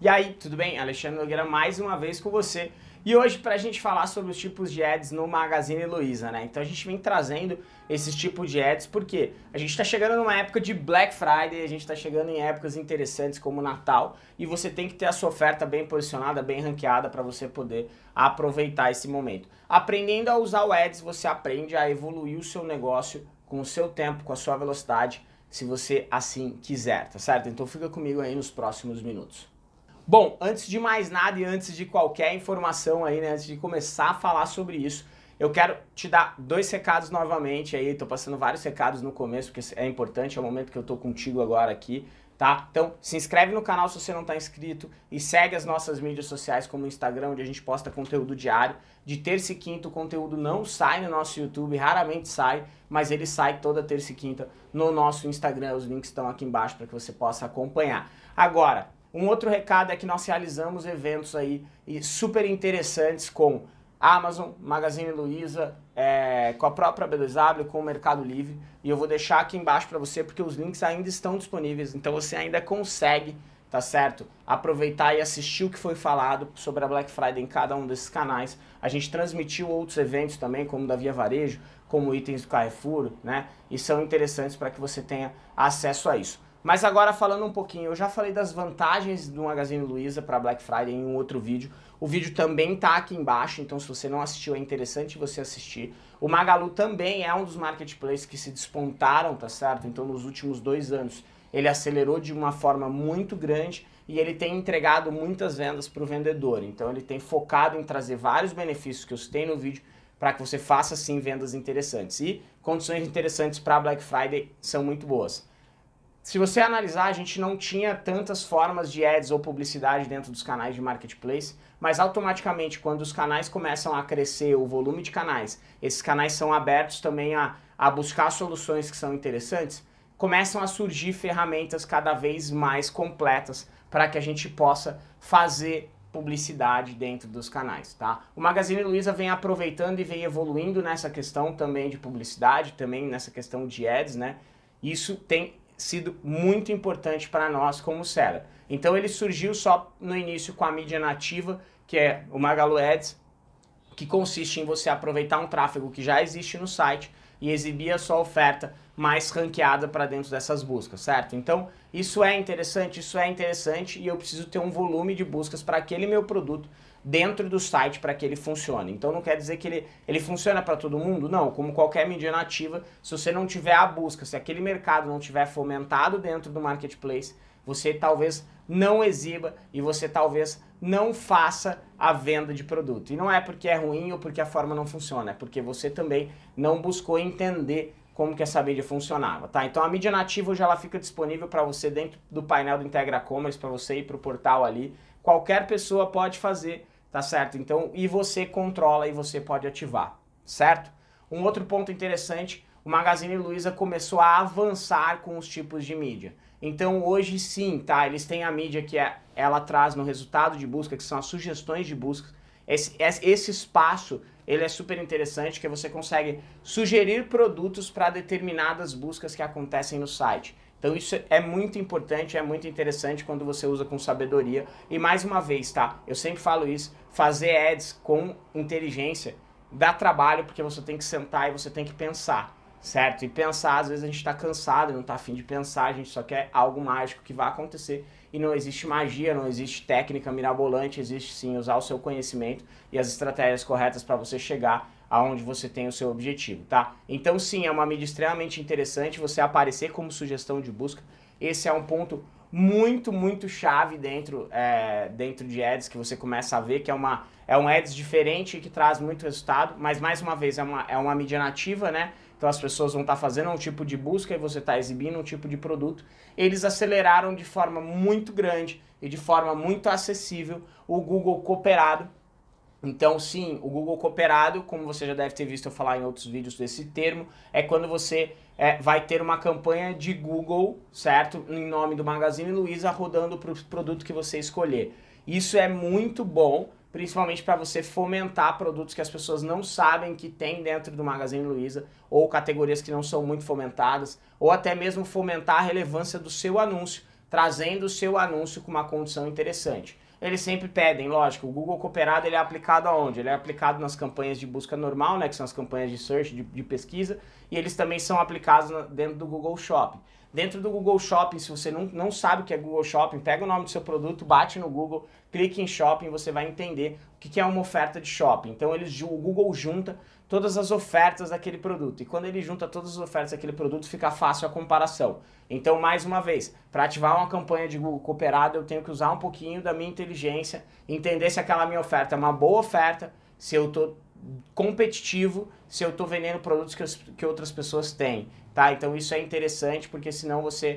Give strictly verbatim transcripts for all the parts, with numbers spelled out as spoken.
E aí, tudo bem? Alexandre Nogueira mais uma vez com você. E hoje pra gente falar sobre os tipos de ads no Magazine Luiza, né? Então a gente vem trazendo esses tipos de ads porque a gente tá chegando numa época de Black Friday, a gente tá chegando em épocas interessantes como Natal e você tem que ter a sua oferta bem posicionada, bem ranqueada para você poder aproveitar esse momento. Aprendendo a usar o ads, você aprende a evoluir o seu negócio com o seu tempo, com a sua velocidade, se você assim quiser, tá certo? Então fica comigo aí nos próximos minutos. Bom, antes de mais nada e antes de qualquer informação aí, né, antes de começar a falar sobre isso, eu quero te dar dois recados novamente aí, tô passando vários recados no começo, porque é importante, é o momento que eu tô contigo agora aqui, tá? Então, se inscreve no canal se você não tá inscrito e segue as nossas mídias sociais como o Instagram, onde a gente posta conteúdo diário. De terça e quinta o conteúdo não sai no nosso YouTube, raramente sai, mas ele sai toda terça e quinta no nosso Instagram, os links estão aqui embaixo para que você possa acompanhar. Agora, um outro recado é que nós realizamos eventos aí super interessantes com Amazon, Magazine Luiza, é, com a própria B dois W, com o Mercado Livre. E eu vou deixar aqui embaixo para você porque os links ainda estão disponíveis, então você ainda consegue, tá certo? Aproveitar e assistir o que foi falado sobre a Black Friday em cada um desses canais. A gente transmitiu outros eventos também, como o da Via Varejo, como itens do Carrefour, né? E são interessantes para que você tenha acesso a isso. Mas agora falando um pouquinho, eu já falei das vantagens do Magazine Luiza para Black Friday em um outro vídeo. O vídeo também tá aqui embaixo, então se você não assistiu é interessante você assistir. O Magalu também é um dos marketplaces que se despontaram, tá certo? Então nos últimos dois anos ele acelerou de uma forma muito grande e ele tem entregado muitas vendas para o vendedor. Então ele tem focado em trazer vários benefícios que eu citei no vídeo para que você faça sim vendas interessantes. E condições interessantes para Black Friday são muito boas. Se você analisar, a gente não tinha tantas formas de ads ou publicidade dentro dos canais de marketplace, mas automaticamente quando os canais começam a crescer, o volume de canais, esses canais são abertos também a, a buscar soluções que são interessantes, começam a surgir ferramentas cada vez mais completas para que a gente possa fazer publicidade dentro dos canais, tá? O Magazine Luiza vem aproveitando e vem evoluindo nessa questão também de publicidade, também nessa questão de ads, né? Isso tem sido muito importante para nós como seller. Então ele surgiu só no início com a mídia nativa, que é o Magalu Ads, que consiste em você aproveitar um tráfego que já existe no site e exibir a sua oferta mais ranqueada para dentro dessas buscas, certo? Então isso é interessante, isso é interessante e eu preciso ter um volume de buscas para aquele meu produto dentro do site para que ele funcione. Então não quer dizer que ele, ele funciona para todo mundo, não. Como qualquer mídia nativa, se você não tiver a busca, se aquele mercado não tiver fomentado dentro do marketplace, você talvez não exiba e você talvez não faça a venda de produto. E não é porque é ruim ou porque a forma não funciona, é porque você também não buscou entender como que essa mídia funcionava, tá? Então a mídia nativa já ela fica disponível para você dentro do painel do Integra Commerce, para você ir para o portal ali. Qualquer pessoa pode fazer, tá certo? Então, e você controla e você pode ativar, certo? Um outro ponto interessante, o Magazine Luiza começou a avançar com os tipos de mídia. Então hoje sim, tá? Eles têm a mídia que é, ela traz no resultado de busca, que são as sugestões de busca. Esse, esse espaço, ele é super interessante, que você consegue sugerir produtos para determinadas buscas que acontecem no site. Então isso é muito importante, é muito interessante quando você usa com sabedoria. E mais uma vez, tá? Eu sempre falo isso, fazer ads com inteligência dá trabalho porque você tem que sentar e você tem que pensar, certo? E pensar, às vezes a gente está cansado, não está afim de pensar, a gente só quer algo mágico que vai acontecer. E não existe magia, não existe técnica mirabolante, existe sim usar o seu conhecimento e as estratégias corretas para você chegar aonde você tem o seu objetivo, tá? Então sim, é uma mídia extremamente interessante você aparecer como sugestão de busca. Esse é um ponto muito, muito chave dentro, é, dentro de ads que você começa a ver, que é, uma, é um ads diferente que traz muito resultado, mas mais uma vez é uma, é uma mídia nativa, né? Então as pessoas vão estar fazendo um tipo de busca e você está exibindo um tipo de produto. Eles aceleraram de forma muito grande e de forma muito acessível o Google Cooperado. Então sim, o Google Cooperado, como você já deve ter visto eu falar em outros vídeos desse termo, é quando você é, vai ter uma campanha de Google, certo? Em nome do Magazine Luiza, rodando para o produto que você escolher. Isso é muito bom, principalmente para você fomentar produtos que as pessoas não sabem que tem dentro do Magazine Luiza, ou categorias que não são muito fomentadas, ou até mesmo fomentar a relevância do seu anúncio, trazendo o seu anúncio com uma condição interessante. Eles sempre pedem, lógico, o Google Cooperado ele é aplicado aonde? Ele é aplicado nas campanhas de busca normal, né, que são as campanhas de search, de, de pesquisa, e eles também são aplicados na, dentro do Google Shopping. Dentro do Google Shopping, se você não, não sabe o que é Google Shopping, pega o nome do seu produto, bate no Google, clique em Shopping, você vai entender o que é uma oferta de shopping. Então eles, o Google junta todas as ofertas daquele produto, e quando ele junta todas as ofertas daquele produto, fica fácil a comparação. Então, mais uma vez, para ativar uma campanha de Google Cooperado, eu tenho que usar um pouquinho da minha inteligência, entender se aquela minha oferta é uma boa oferta, se eu estou competitivo, se eu estou vendendo produtos que, as, que outras pessoas têm, tá? Então isso é interessante, porque senão você,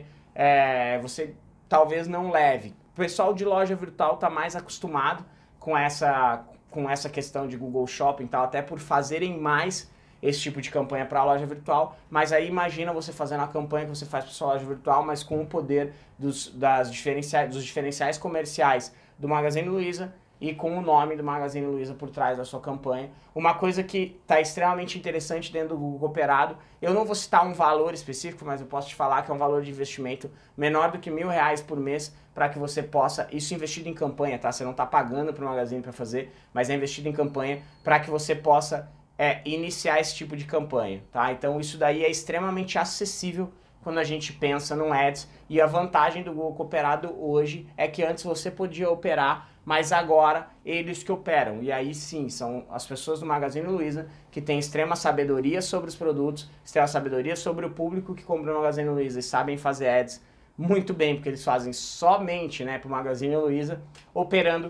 é, você talvez não leve. O pessoal de loja virtual está mais acostumado com essa, com essa questão de Google Shopping, tá? Até por fazerem mais esse tipo de campanha para a loja virtual, mas aí imagina você fazendo a campanha que você faz para sua loja virtual, mas com o poder dos, das diferenciais, dos diferenciais comerciais do Magazine Luiza e com o nome do Magazine Luiza por trás da sua campanha. Uma coisa que está extremamente interessante dentro do Google Cooperado, eu não vou citar um valor específico, mas eu posso te falar que é um valor de investimento menor do que mil reais por mês para que você possa, isso investido em campanha, tá? Você não está pagando para o Magazine para fazer, mas é investido em campanha para que você possa é, iniciar esse tipo de campanha, tá? Então isso daí é extremamente acessível quando a gente pensa no Ads, e a vantagem do Google Cooperado hoje é que antes você podia operar, mas agora eles que operam, e aí sim, são as pessoas do Magazine Luiza que têm extrema sabedoria sobre os produtos, extrema sabedoria sobre o público que compra no Magazine Luiza e sabem fazer Ads muito bem, porque eles fazem somente, né, para o Magazine Luiza, operando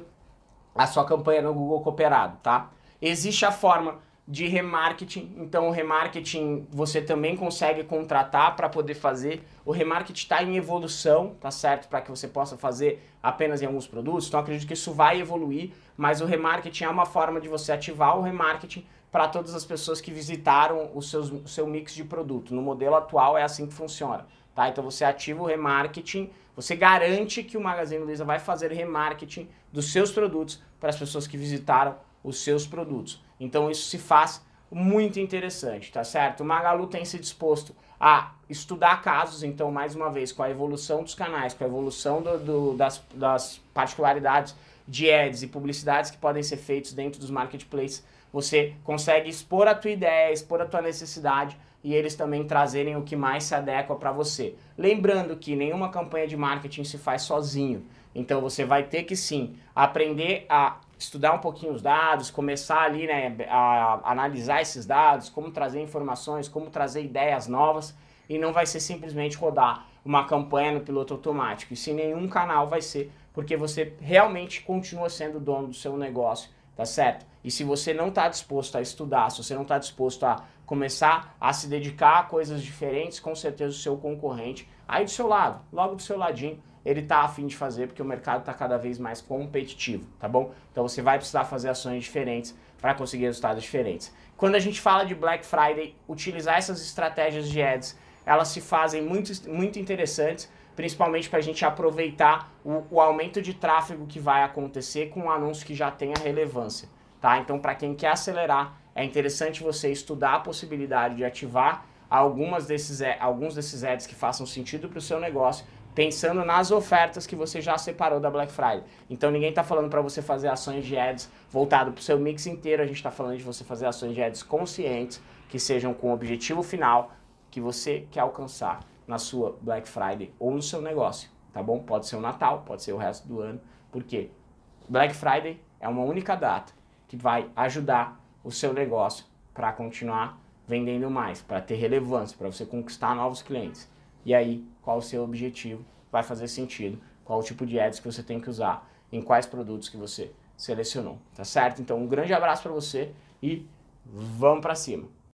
a sua campanha no Google Cooperado, tá? Existe a forma de remarketing, então o remarketing você também consegue contratar para poder fazer. O remarketing está em evolução, tá certo? Para que você possa fazer apenas em alguns produtos, então acredito que isso vai evoluir, mas o remarketing é uma forma de você ativar o remarketing para todas as pessoas que visitaram o, seus, o seu mix de produto. No modelo atual é assim que funciona, tá? Então você ativa o remarketing, você garante que o Magazine Luiza vai fazer remarketing dos seus produtos para as pessoas que visitaram os seus produtos. Então isso se faz muito interessante, tá certo? O Magalu tem se disposto a estudar casos, então mais uma vez, com a evolução dos canais, com a evolução do, do, das, das particularidades de ads e publicidades que podem ser feitos dentro dos marketplaces, você consegue expor a tua ideia, expor a tua necessidade e eles também trazerem o que mais se adequa para você. Lembrando que nenhuma campanha de marketing se faz sozinho, então você vai ter que sim aprender a estudar um pouquinho os dados, começar ali, né, a analisar esses dados, como trazer informações, como trazer ideias novas, e não vai ser simplesmente rodar uma campanha no piloto automático, e sim nenhum canal vai ser, porque você realmente continua sendo dono do seu negócio, tá certo? E se você não está disposto a estudar, se você não está disposto a começar a se dedicar a coisas diferentes, com certeza o seu concorrente, aí do seu lado, logo do seu ladinho, ele está a fim de fazer, porque o mercado está cada vez mais competitivo, tá bom? Então você vai precisar fazer ações diferentes para conseguir resultados diferentes. Quando a gente fala de Black Friday, utilizar essas estratégias de ads, elas se fazem muito, muito interessantes, principalmente para a gente aproveitar o, o aumento de tráfego que vai acontecer com um anúncio que já tenha relevância, tá? Então para quem quer acelerar, é interessante você estudar a possibilidade de ativar algumas desses, alguns desses ads que façam sentido para o seu negócio, pensando nas ofertas que você já separou da Black Friday. Então ninguém está falando para você fazer ações de ads voltado para o seu mix inteiro, a gente está falando de você fazer ações de ads conscientes, que sejam com o objetivo final que você quer alcançar na sua Black Friday ou no seu negócio, tá bom? Pode ser o Natal, pode ser o resto do ano, porque Black Friday é uma única data que vai ajudar o seu negócio para continuar vendendo mais, para ter relevância, para você conquistar novos clientes. E aí, qual o seu objetivo, vai fazer sentido, qual o tipo de ads que você tem que usar, em quais produtos que você selecionou, tá certo? Então um grande abraço para você e vamos para cima!